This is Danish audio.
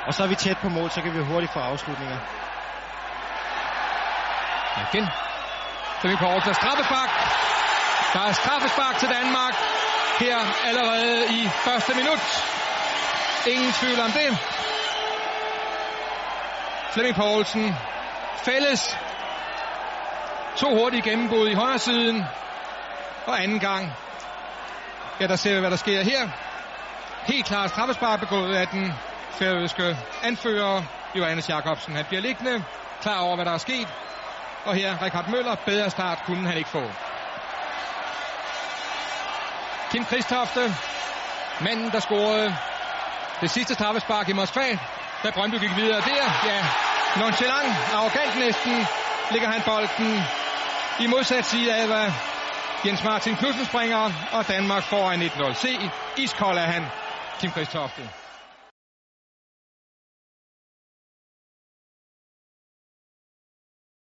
Og så er vi tæt på mål, så kan vi hurtigt få afslutninger. Igen. Flemming Poulsen, straffespark. Der er straffespark til Danmark her allerede i første minut. Ingen tvivl om det. Flemming Poulsen fælles. 2 hurtige gennembrud i højre siden. Og anden gang. Ja, der ser vi, hvad der sker her. Helt klart straffespark begået af den færøske anfører Johannes Jacobsen. Han bliver liggende, klar over, hvad der er sket. Og her, Richard Møller, bedre start kunne han ikke få. Kim Christofte, manden, der scorede det sidste straffespark i Moskva, da Brøndby gik videre der. Ja, nonchalant, arrogant næsten, ligger han bolden i modsat side af, hvad Jens Martin Knudsen springer, og Danmark får en 1-0. Se, iskold er han, Kim Christofte.